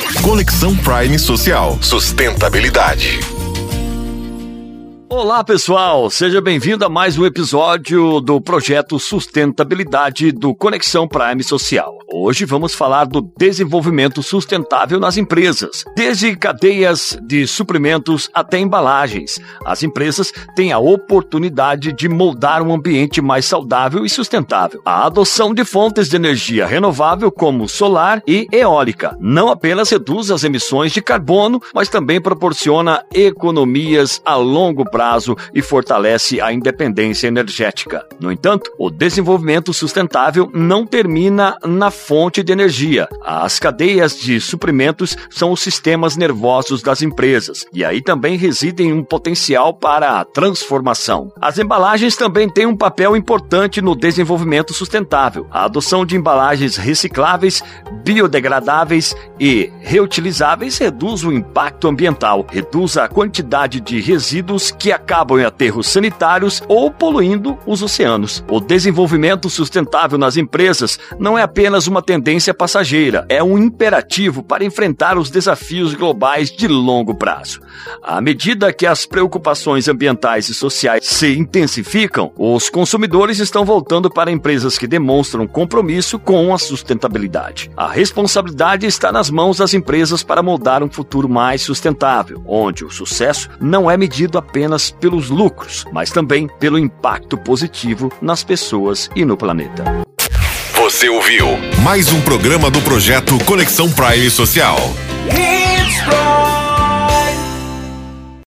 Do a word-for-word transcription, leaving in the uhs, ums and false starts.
Conexão Prime Social. Sustentabilidade. Olá pessoal, seja bem-vindo a mais um episódio do projeto Sustentabilidade do Conexão Prime Social. Hoje vamos falar do desenvolvimento sustentável nas empresas, desde cadeias de suprimentos até embalagens. As empresas têm a oportunidade de moldar um ambiente mais saudável e sustentável. A adoção de fontes de energia renovável como solar e eólica não apenas reduz as emissões de carbono, mas também proporciona economias a longo prazo. prazo e fortalece a independência energética. No entanto, o desenvolvimento sustentável não termina na fonte de energia. As cadeias de suprimentos são os sistemas nervosos das empresas, e aí também residem um potencial para a transformação. As embalagens também têm um papel importante no desenvolvimento sustentável. A adoção de embalagens recicláveis, biodegradáveis e reutilizáveis reduz o impacto ambiental, reduz a quantidade de resíduos que que acabam em aterros sanitários ou poluindo os oceanos. O desenvolvimento sustentável nas empresas não é apenas uma tendência passageira, é um imperativo para enfrentar os desafios globais de longo prazo. À medida que as preocupações ambientais e sociais se intensificam, os consumidores estão voltando para empresas que demonstram compromisso com a sustentabilidade. A responsabilidade está nas mãos das empresas para moldar um futuro mais sustentável, onde o sucesso não é medido apenas pelos lucros, mas também pelo impacto positivo nas pessoas e no planeta. Você ouviu mais um programa do projeto Conexão Prime Social.